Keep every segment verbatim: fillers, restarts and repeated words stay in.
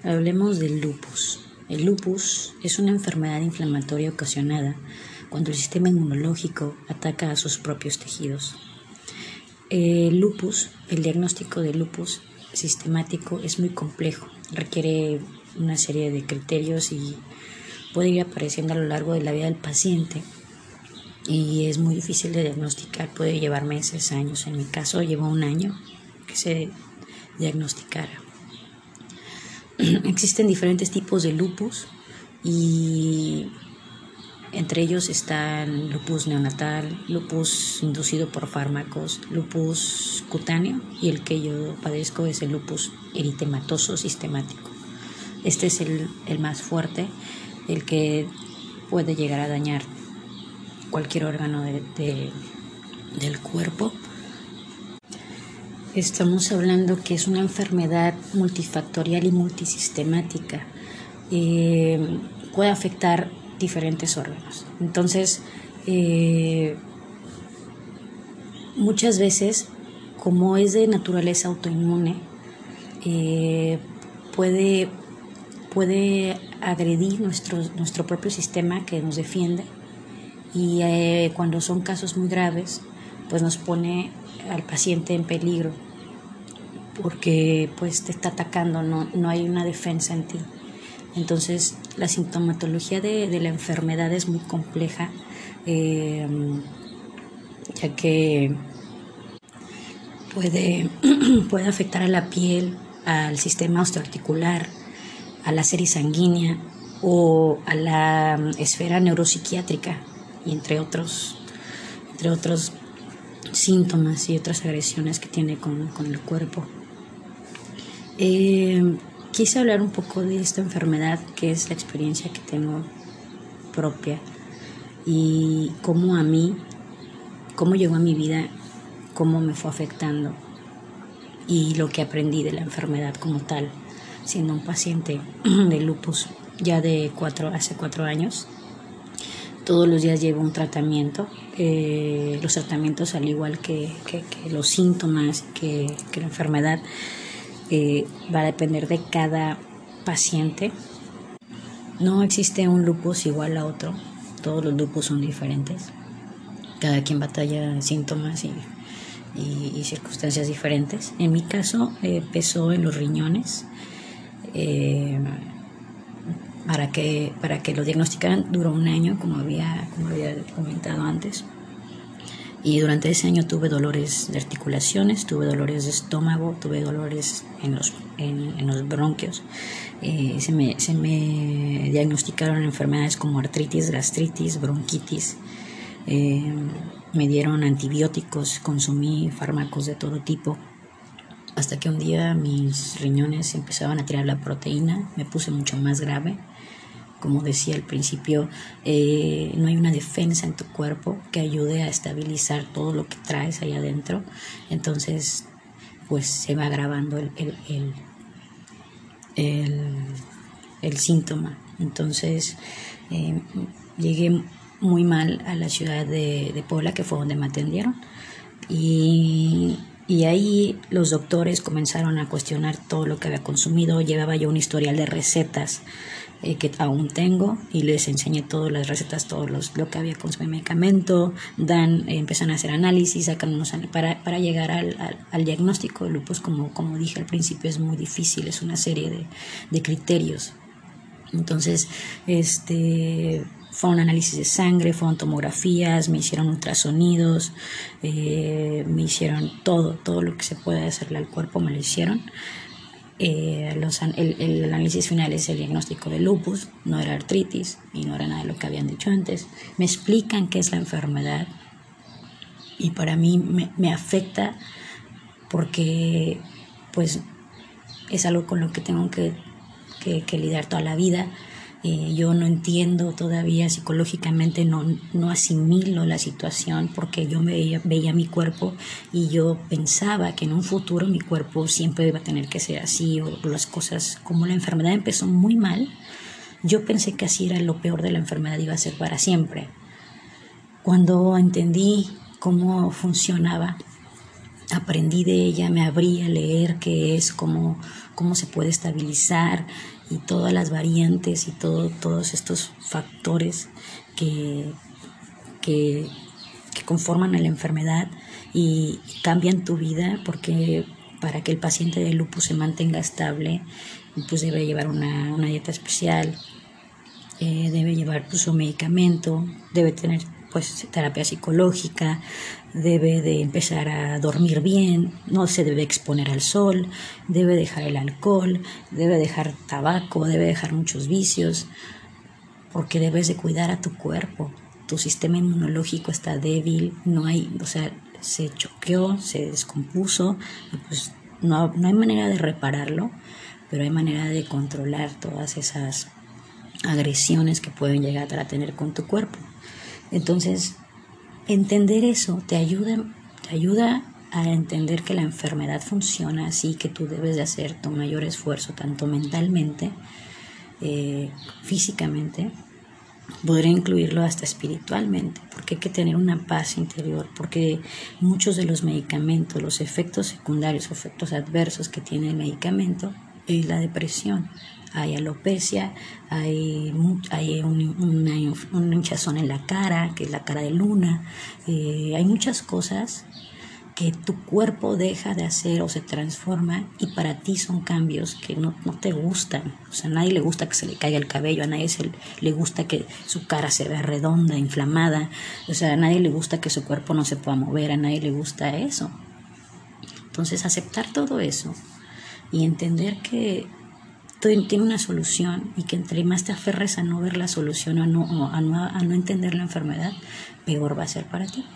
Hablemos del lupus. El lupus es una enfermedad inflamatoria ocasionada cuando el sistema inmunológico ataca a sus propios tejidos. El lupus, el diagnóstico de lupus sistemático es muy complejo, requiere una serie de criterios y puede ir apareciendo a lo largo de la vida del paciente y es muy difícil de diagnosticar, puede llevar meses, años. En mi caso llevó un año que se diagnosticara. Existen diferentes tipos de lupus y entre ellos están lupus neonatal, lupus inducido por fármacos, lupus cutáneo y el que yo padezco es el lupus eritematoso sistemático. Este es el, el más fuerte, el que puede llegar a dañar cualquier órgano de, de, del cuerpo. Estamos hablando que es una enfermedad multifactorial y multisistemática. Eh, puede afectar diferentes órganos. Entonces, eh, muchas veces, como es de naturaleza autoinmune, eh, puede, puede agredir nuestro, nuestro propio sistema que nos defiende y eh, cuando son casos muy graves, pues nos pone al paciente en peligro porque pues te está atacando, no, no hay una defensa en ti. Entonces la sintomatología de, de la enfermedad es muy compleja, eh, ya que puede, puede afectar a la piel, al sistema osteoarticular, a la serie sanguínea o a la esfera neuropsiquiátrica y entre otros, entre otros síntomas y otras agresiones que tiene con, con el cuerpo. Eh, quise hablar un poco de esta enfermedad, que es la experiencia que tengo propia y cómo a mí, cómo llegó a mi vida, cómo me fue afectando y lo que aprendí de la enfermedad como tal, siendo un paciente de lupus ya de cuatro, hace cuatro años. Todos los días llevo un tratamiento. Eh, los tratamientos, al igual que, que, que los síntomas, que, que la enfermedad, eh, va a depender de cada paciente. No existe un lupus igual a otro. Todos los lupus son diferentes. Cada quien batalla síntomas y, y, y circunstancias diferentes. En mi caso, eh, empezó en los riñones. Eh, Para que, para que lo diagnosticaran duró un año, como había, como había comentado antes. Y durante ese año tuve dolores de articulaciones, tuve dolores de estómago, tuve dolores en los, en, en los bronquios. Eh, se, me, se me diagnosticaron enfermedades como artritis, gastritis, bronquitis. Eh, me dieron antibióticos, consumí fármacos de todo tipo. Hasta que un día mis riñones empezaban a tirar la proteína, me puse mucho más grave. Como decía al principio, eh, no hay una defensa en tu cuerpo que ayude a estabilizar todo lo que traes ahí adentro. Entonces, pues se va agravando el, el, el, el, el síntoma. Entonces, eh, llegué muy mal a la ciudad de, de Puebla, que fue donde me atendieron. Y... Y ahí los doctores comenzaron a cuestionar todo lo que había consumido. Llevaba yo un historial de recetas eh, que aún tengo y les enseñé todas las recetas, todo los, lo que había consumido, medicamento. Dan, eh, empiezan a hacer análisis, sacan unos para, para llegar al, al, al diagnóstico de lupus. Como, como dije al principio, es muy difícil, es una serie de, de criterios. Entonces, este... fue un análisis de sangre, fueron tomografías, me hicieron ultrasonidos, eh, me hicieron todo, todo lo que se puede hacerle al cuerpo me lo hicieron. Eh, los, el, el análisis final es el diagnóstico de lupus, no era artritis y no era nada de lo que habían dicho antes. Me explican qué es la enfermedad y para mí me, me afecta porque pues es algo con lo que tengo que, que, que lidiar toda la vida. Eh, yo no entiendo todavía psicológicamente, no, no asimilo la situación porque yo veía, veía mi cuerpo y yo pensaba que en un futuro mi cuerpo siempre iba a tener que ser así o las cosas, como la enfermedad empezó muy mal, yo pensé que así era lo peor de la enfermedad, iba a ser para siempre. Cuando entendí cómo funcionaba aprendí de ella, me abrí a leer qué es, cómo, cómo se puede estabilizar y todas las variantes y todo, todos estos factores que, que, que conforman a la enfermedad y cambian tu vida, porque para que el paciente de lupus se mantenga estable, pues debe llevar una, una dieta especial, eh, debe llevar pues, un medicamento, debe tener pues terapia psicológica, debe de empezar a dormir bien, no se debe exponer al sol, debe dejar el alcohol, debe dejar tabaco, debe dejar muchos vicios, porque debes de cuidar a tu cuerpo. Tu sistema inmunológico está débil, no hay, o sea, se choqueó, se descompuso, y pues no, no hay manera de repararlo, pero hay manera de controlar todas esas agresiones que pueden llegar a tener con tu cuerpo. Entonces, entender eso te ayuda, te ayuda a entender que la enfermedad funciona así, que tú debes de hacer tu mayor esfuerzo, tanto mentalmente, eh, físicamente, podría incluirlo hasta espiritualmente, porque hay que tener una paz interior, porque muchos de los medicamentos, los efectos secundarios o efectos adversos que tiene el medicamento es la depresión. Hay alopecia, hay, hay un, una, un hinchazón en la cara, que es la cara de luna, eh, hay muchas cosas que tu cuerpo deja de hacer o se transforma y para ti son cambios que no, no te gustan. O sea, a nadie le gusta que se le caiga el cabello, a nadie se le gusta que su cara se vea redonda, inflamada, o sea, a nadie le gusta que su cuerpo no se pueda mover, a nadie le gusta eso. Entonces, aceptar todo eso y entender que tiene una solución y que entre más te aferres a no ver la solución o a no, a no, a no entender la enfermedad, peor va a ser para ti.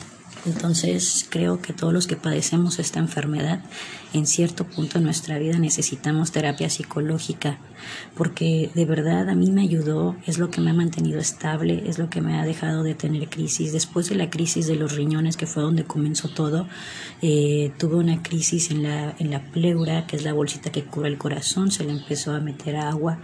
Entonces creo que todos los que padecemos esta enfermedad en cierto punto de nuestra vida necesitamos terapia psicológica, porque de verdad a mí me ayudó, es lo que me ha mantenido estable, es lo que me ha dejado de tener crisis. Después de la crisis de los riñones, que fue donde comenzó todo, eh, tuve una crisis en la, en la pleura, que es la bolsita que cubre el corazón, se le empezó a meter agua,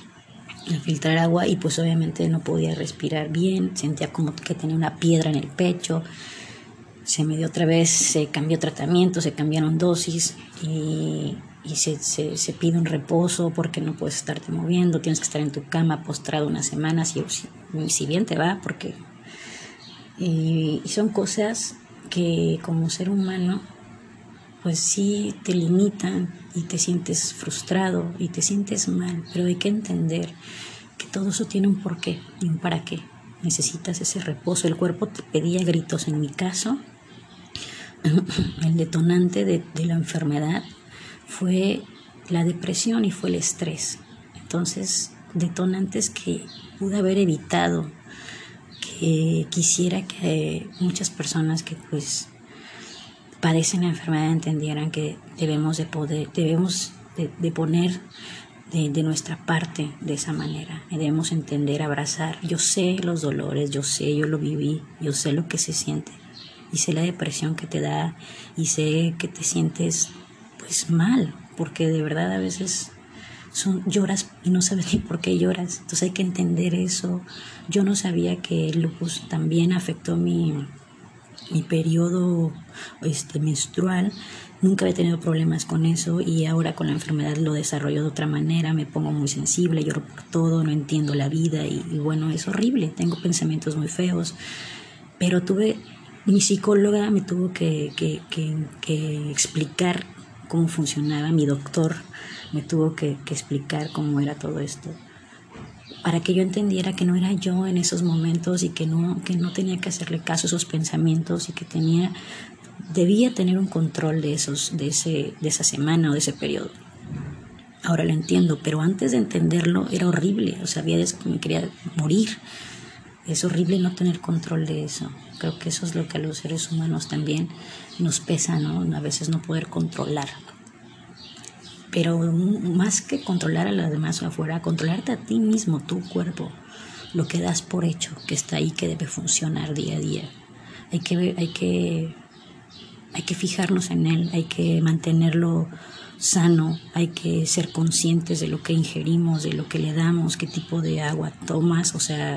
a filtrar agua, y pues obviamente no podía respirar bien, sentía como que tenía una piedra en el pecho. Se me dio otra vez, se cambió tratamiento, se cambiaron dosis y, y se, se, se pide un reposo porque no puedes estarte moviendo, tienes que estar en tu cama postrado unas semanas, y si, si bien te va, porque y, y son cosas que como ser humano pues sí te limitan y te sientes frustrado y te sientes mal, pero hay que entender que todo eso tiene un porqué y un para qué. Necesitas ese reposo. El cuerpo te pedía gritos. En mi caso, el detonante de, de la enfermedad fue la depresión y fue el estrés. Entonces, detonantes que pude haber evitado, que quisiera que muchas personas que pues padecen la enfermedad entendieran que debemos de poder, debemos de, de poner De, de nuestra parte de esa manera. Debemos entender, abrazar. Yo sé los dolores, yo sé, yo lo viví, yo sé lo que se siente y sé la depresión que te da y sé que te sientes pues mal, porque de verdad a veces son, lloras y no sabes ni por qué lloras. Entonces hay que entender eso. Yo no sabía que el lupus también afectó mi, mi periodo este, menstrual. Nunca había tenido problemas con eso y ahora con la enfermedad lo desarrollo de otra manera, me pongo muy sensible, lloro por todo, no entiendo la vida y, y bueno, es horrible, tengo pensamientos muy feos, pero tuve, mi psicóloga me tuvo que, que, que, que explicar cómo funcionaba, mi doctor me tuvo que, que explicar cómo era todo esto, para que yo entendiera que no era yo en esos momentos y que no, que no tenía que hacerle caso a esos pensamientos y que tenía... debía tener un control de esos, de ese, de esa semana o de ese periodo. Ahora lo entiendo, pero antes de entenderlo era horrible, o sea, había des- me quería morir. Es horrible no tener control de eso. Creo que eso es lo que a los seres humanos también nos pesa, ¿no? A veces no poder controlar. Pero más que controlar a los demás o afuera, controlarte a ti mismo, tu cuerpo, lo que das por hecho, que está ahí, que debe funcionar día a día. Hay que, hay que Hay que fijarnos en él, hay que mantenerlo sano, hay que ser conscientes de lo que ingerimos, de lo que le damos, qué tipo de agua tomas. O sea,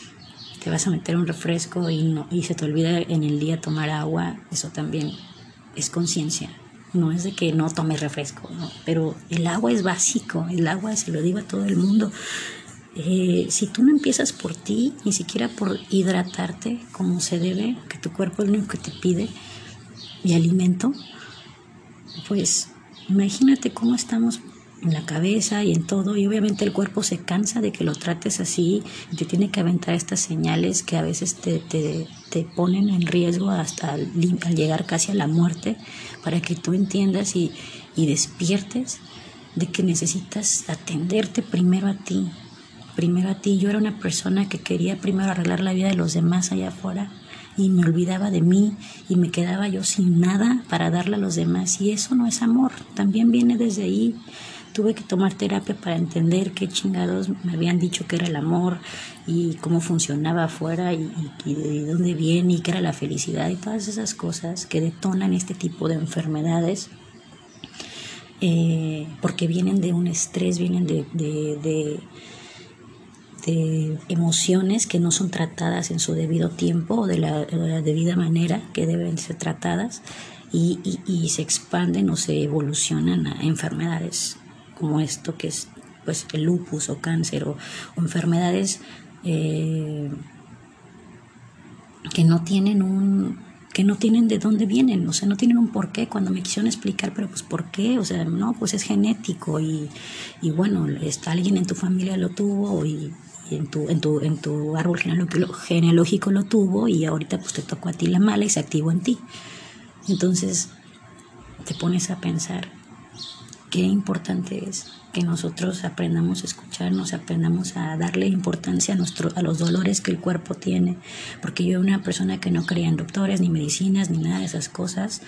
te vas a meter un refresco y, no, y se te olvida en el día tomar agua, eso también es conciencia. No es de que no tomes refresco, no, pero el agua es básico, el agua se lo digo a todo el mundo. Eh, si tú no empiezas por ti, ni siquiera por hidratarte como se debe, que tu cuerpo es lo único que te pide, y alimento, pues imagínate cómo estamos en la cabeza y en todo, y obviamente el cuerpo se cansa de que lo trates así, y te tiene que aventar estas señales que a veces te, te, te ponen en riesgo hasta al, al llegar casi a la muerte, para que tú entiendas y, y despiertes de que necesitas atenderte primero a ti, primero a ti. Yo era una persona que quería primero arreglar la vida de los demás allá afuera, y me olvidaba de mí y me quedaba yo sin nada para darle a los demás, y eso no es amor, también viene desde ahí. Tuve que tomar terapia para entender qué chingados me habían dicho que era el amor y cómo funcionaba afuera y, y, y de dónde viene y qué era la felicidad y todas esas cosas que detonan este tipo de enfermedades, eh, porque vienen de un estrés, vienen de, de, de de emociones que no son tratadas en su debido tiempo o de la, de la debida manera que deben ser tratadas, y, y, y se expanden o se evolucionan a enfermedades como esto que es pues el lupus o cáncer o, o enfermedades eh, que no tienen un que no tienen de dónde vienen, o sea, no tienen un porqué. Cuando me quisieron explicar, pero pues ¿por qué? O sea, no, pues es genético y, y bueno, está, alguien en tu familia lo tuvo y, y en tu en tu en tu árbol genealógico, genealógico lo tuvo, y ahorita pues te tocó a ti la mala y se activó en ti. Entonces te pones a pensar qué importante es que nosotros aprendamos a escucharnos, aprendamos a darle importancia a, nuestro, a los dolores que el cuerpo tiene, porque yo era una persona que no creía en doctores, ni medicinas, ni nada de esas cosas,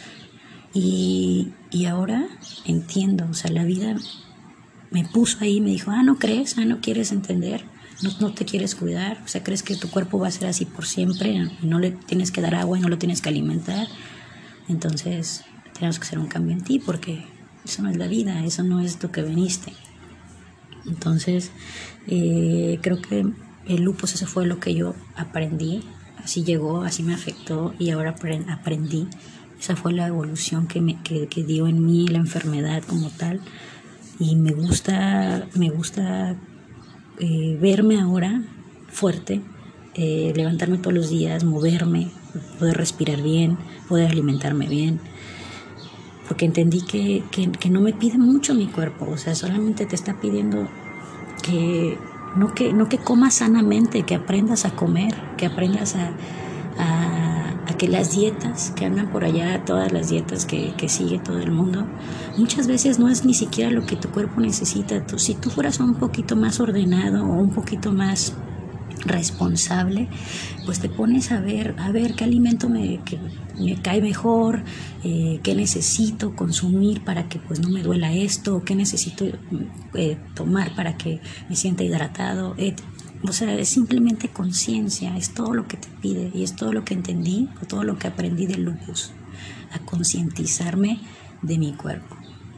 y, y ahora entiendo, o sea, la vida me puso ahí, me dijo, ah, ¿no crees? Ah, ¿no quieres entender? No, no te quieres cuidar, o sea, ¿crees que tu cuerpo va a ser así por siempre? No le tienes que dar agua y no lo tienes que alimentar. Entonces tenemos que hacer un cambio en ti, porque eso no es la vida, eso no es lo que veniste. Entonces eh, creo que el lupus, eso fue lo que yo aprendí, así llegó, así me afectó, y ahora aprendí. Esa fue la evolución que, me, que, que dio en mí la enfermedad como tal, y me gusta, me gusta eh, verme ahora fuerte, eh, levantarme todos los días, moverme, poder respirar bien, poder alimentarme bien, porque entendí que, que, que no me pide mucho mi cuerpo, o sea, solamente te está pidiendo que no que, no que comas sanamente, que aprendas a comer, que aprendas a, a, a que las dietas que andan por allá, todas las dietas que, que sigue todo el mundo, muchas veces no es ni siquiera lo que tu cuerpo necesita. Tú, si tú fueras un poquito más ordenado o un poquito más responsable, pues te pones a ver, a ver qué alimento me, que me cae mejor, eh, qué necesito consumir para que pues no me duela esto, qué necesito eh, tomar para que me sienta hidratado. Eh, o sea, es simplemente conciencia, es todo lo que te pide, y es todo lo que entendí, o todo lo que aprendí del lupus, a concientizarme de mi cuerpo.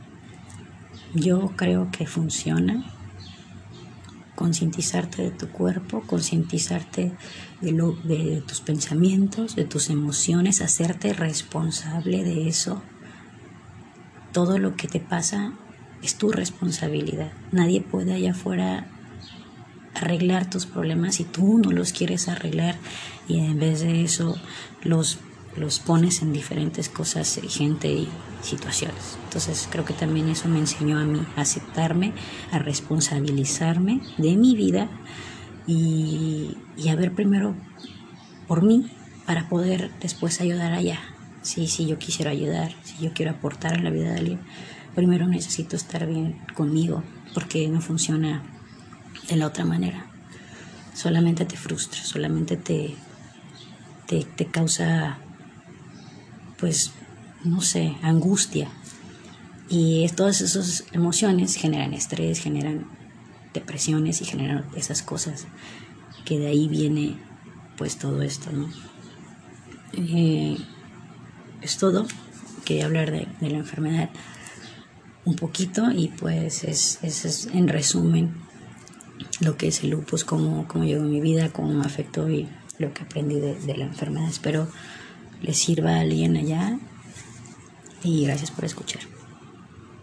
Yo creo que funciona. Concientizarte de tu cuerpo, concientizarte de, lo, de tus pensamientos, de tus emociones, hacerte responsable de eso. Todo lo que te pasa es tu responsabilidad. Nadie puede allá afuera arreglar tus problemas si tú no los quieres arreglar, y en vez de eso los, los pones en diferentes cosas, gente y situaciones. Entonces creo que también eso me enseñó a mí a aceptarme, a responsabilizarme de mi vida y, y a ver primero por mí para poder después ayudar allá. Sí, si yo quisiera ayudar, si yo quiero aportar a la vida de alguien, primero necesito estar bien conmigo, porque no funciona de la otra manera. Solamente te frustra, solamente te, te, te causa, pues, no sé, angustia. Y todas esas emociones generan estrés, generan depresiones y generan esas cosas, que de ahí viene pues todo esto, ¿no? Eh, es todo. Quería hablar de, de la enfermedad un poquito, y pues es, es, es en resumen lo que es el lupus, cómo, cómo llegó a mi vida, cómo me afectó y lo que aprendí de, de la enfermedad. Espero les sirva a alguien allá y gracias por escuchar.